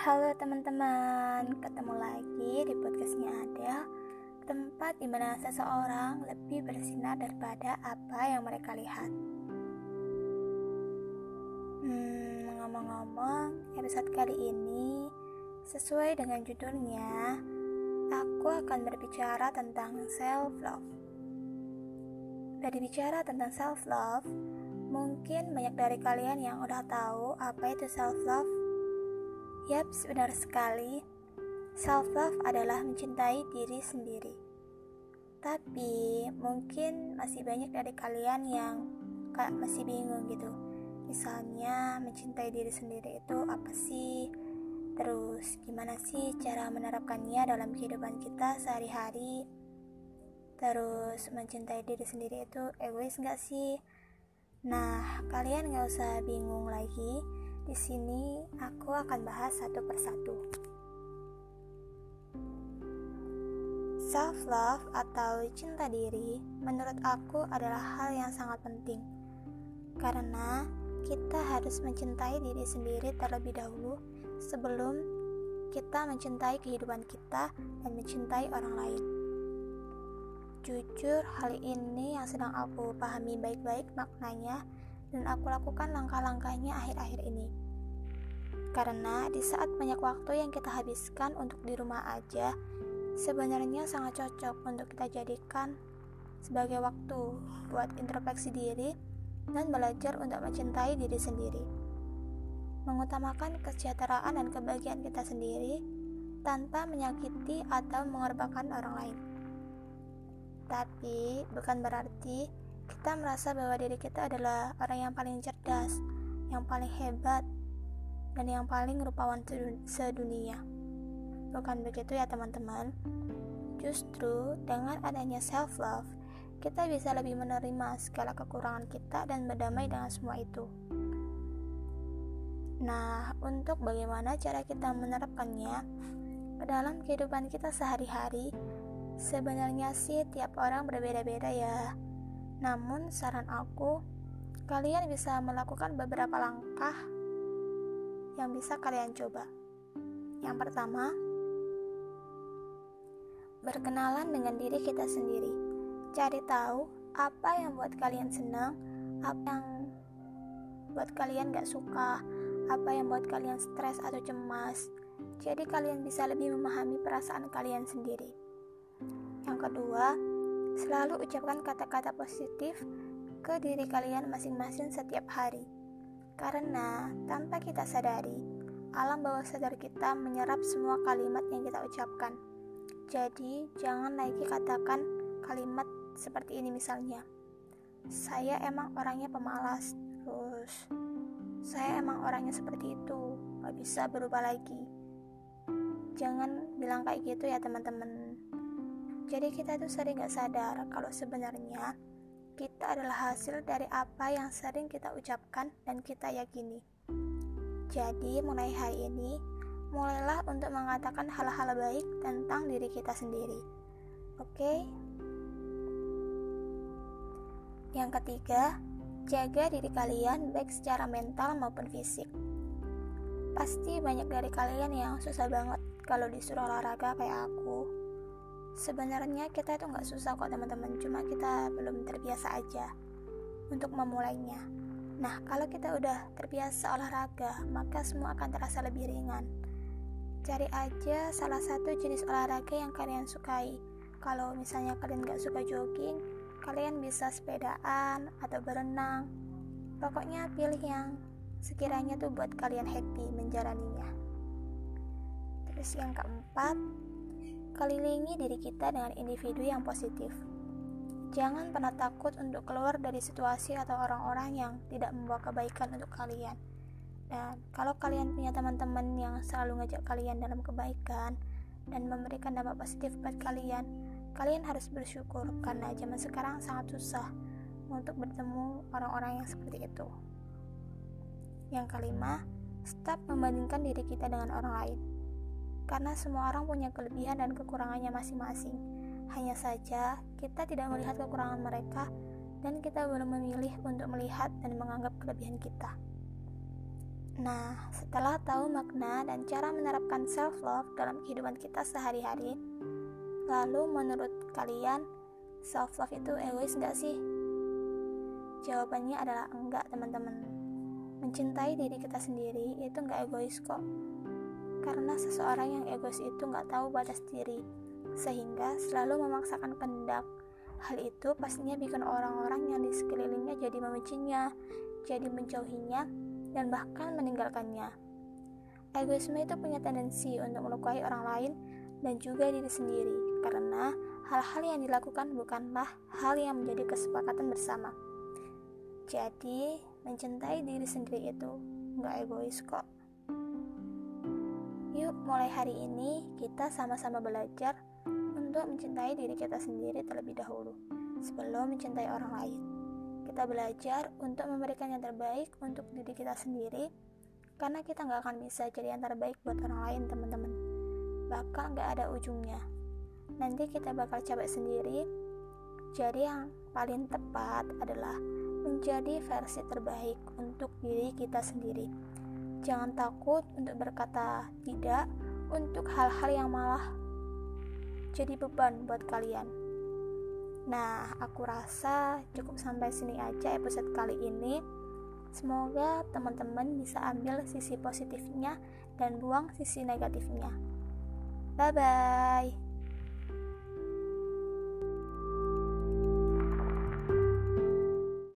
Halo teman-teman, ketemu lagi di podcastnya Adel, tempat di mana seseorang lebih bersinar daripada apa yang mereka lihat. Ngomong-ngomong, episode kali ini sesuai dengan judulnya, aku akan berbicara tentang self-love. Berbicara tentang self-love, mungkin banyak dari kalian yang udah tahu apa itu self-love. Yap, benar sekali. Self-love adalah mencintai diri sendiri. Tapi mungkin masih banyak dari kalian yang masih bingung gitu. Misalnya mencintai diri sendiri itu apa sih? Terus gimana sih cara menerapkannya dalam kehidupan kita sehari-hari? Terus mencintai diri sendiri itu egois gak sih? Nah, kalian gak usah bingung lagi. Di sini aku akan bahas satu persatu. Self-love atau cinta diri menurut aku adalah hal yang sangat penting. Karena kita harus mencintai diri sendiri terlebih dahulu sebelum kita mencintai kehidupan kita dan mencintai orang lain. Jujur, hal ini yang sedang aku pahami baik-baik maknanya dan aku lakukan langkah-langkahnya akhir-akhir ini. Karena di saat banyak waktu yang kita habiskan untuk di rumah aja, sebenarnya sangat cocok untuk kita jadikan sebagai waktu buat introspeksi diri dan belajar untuk mencintai diri sendiri. Mengutamakan kesejahteraan dan kebahagiaan kita sendiri tanpa menyakiti atau mengorbankan orang lain. Tapi bukan berarti kita merasa bahwa diri kita adalah orang yang paling cerdas, yang paling hebat, dan yang paling rupawan sedunia. Bukan begitu ya teman-teman. Justru dengan adanya self-love, kita bisa lebih menerima segala kekurangan kita dan berdamai dengan semua itu. Nah, untuk bagaimana cara kita menerapkannya ke dalam kehidupan kita sehari-hari, sebenarnya sih tiap orang berbeda-beda ya. Namun saran aku, kalian bisa melakukan beberapa langkah yang bisa kalian coba. Yang pertama, berkenalan dengan diri kita sendiri. Cari tahu apa yang buat kalian senang, apa yang buat kalian gak suka, apa yang buat kalian stres atau cemas. Jadi kalian bisa lebih memahami perasaan kalian sendiri. Yang kedua, selalu ucapkan kata-kata positif ke diri kalian masing-masing setiap hari. Karena tanpa kita sadari, alam bawah sadar kita menyerap semua kalimat yang kita ucapkan. Jadi, jangan lagi katakan kalimat seperti ini misalnya. Saya emang orangnya pemalas. Terus, saya emang orangnya seperti itu. Gak bisa berubah lagi. Jangan bilang kayak gitu ya teman-teman. Jadi kita tuh sering gak sadar kalau sebenarnya kita adalah hasil dari apa yang sering kita ucapkan dan kita yakini. Jadi mulai hari ini, mulailah untuk mengatakan hal-hal baik tentang diri kita sendiri. Oke? Yang ketiga, jaga diri kalian baik secara mental maupun fisik. Pasti banyak dari kalian yang susah banget kalau disuruh olahraga kayak aku. Sebenarnya kita itu gak susah kok teman-teman, cuma kita belum terbiasa aja untuk memulainya. Nah, kalau kita udah terbiasa olahraga, maka semua akan terasa lebih ringan. Cari aja salah satu jenis olahraga yang kalian sukai. Kalau misalnya kalian gak suka jogging, kalian bisa sepedaan atau berenang. Pokoknya pilih yang sekiranya tuh buat kalian happy menjalaninya. Terus yang keempat, kelilingi diri kita dengan individu yang positif. Jangan pernah takut untuk keluar dari situasi atau orang-orang yang tidak membawa kebaikan untuk kalian. Dan kalau kalian punya teman-teman yang selalu ngajak kalian dalam kebaikan dan memberikan dampak positif buat kalian, kalian harus bersyukur karena zaman sekarang sangat susah untuk bertemu orang-orang yang seperti itu. Yang kelima, stop membandingkan diri kita dengan orang lain. Karena semua orang punya kelebihan dan kekurangannya masing-masing. Hanya saja, kita tidak melihat kekurangan mereka dan kita belum memilih untuk melihat dan menganggap kelebihan kita. Nah, setelah tahu makna dan cara menerapkan self-love dalam kehidupan kita sehari-hari, lalu menurut kalian, self-love itu egois nggak sih? Jawabannya adalah enggak, teman-teman. Mencintai diri kita sendiri itu nggak egois kok. Karena seseorang yang egois itu nggak tahu batas diri, sehingga selalu memaksakan kehendak. Hal itu pastinya bikin orang-orang yang di sekelilingnya jadi membencinya, jadi menjauhinya, dan bahkan meninggalkannya. Egoisme itu punya tendensi untuk melukai orang lain dan juga diri sendiri, karena hal-hal yang dilakukan bukanlah hal yang menjadi kesepakatan bersama. Jadi, mencintai diri sendiri itu nggak egois kok. Yuk, mulai hari ini kita sama-sama belajar untuk mencintai diri kita sendiri terlebih dahulu, sebelum mencintai orang lain. Kita belajar untuk memberikan yang terbaik untuk diri kita sendiri, karena kita gak akan bisa jadi yang terbaik buat orang lain, teman-teman. Bakal gak ada ujungnya. Nanti kita bakal capek sendiri. Jadi yang paling tepat adalah menjadi versi terbaik untuk diri kita sendiri. Jangan takut untuk berkata tidak untuk hal-hal yang malah jadi beban buat kalian. Nah, aku rasa cukup sampai sini aja episode kali ini. Semoga teman-teman bisa ambil sisi positifnya dan buang sisi negatifnya. Bye-bye.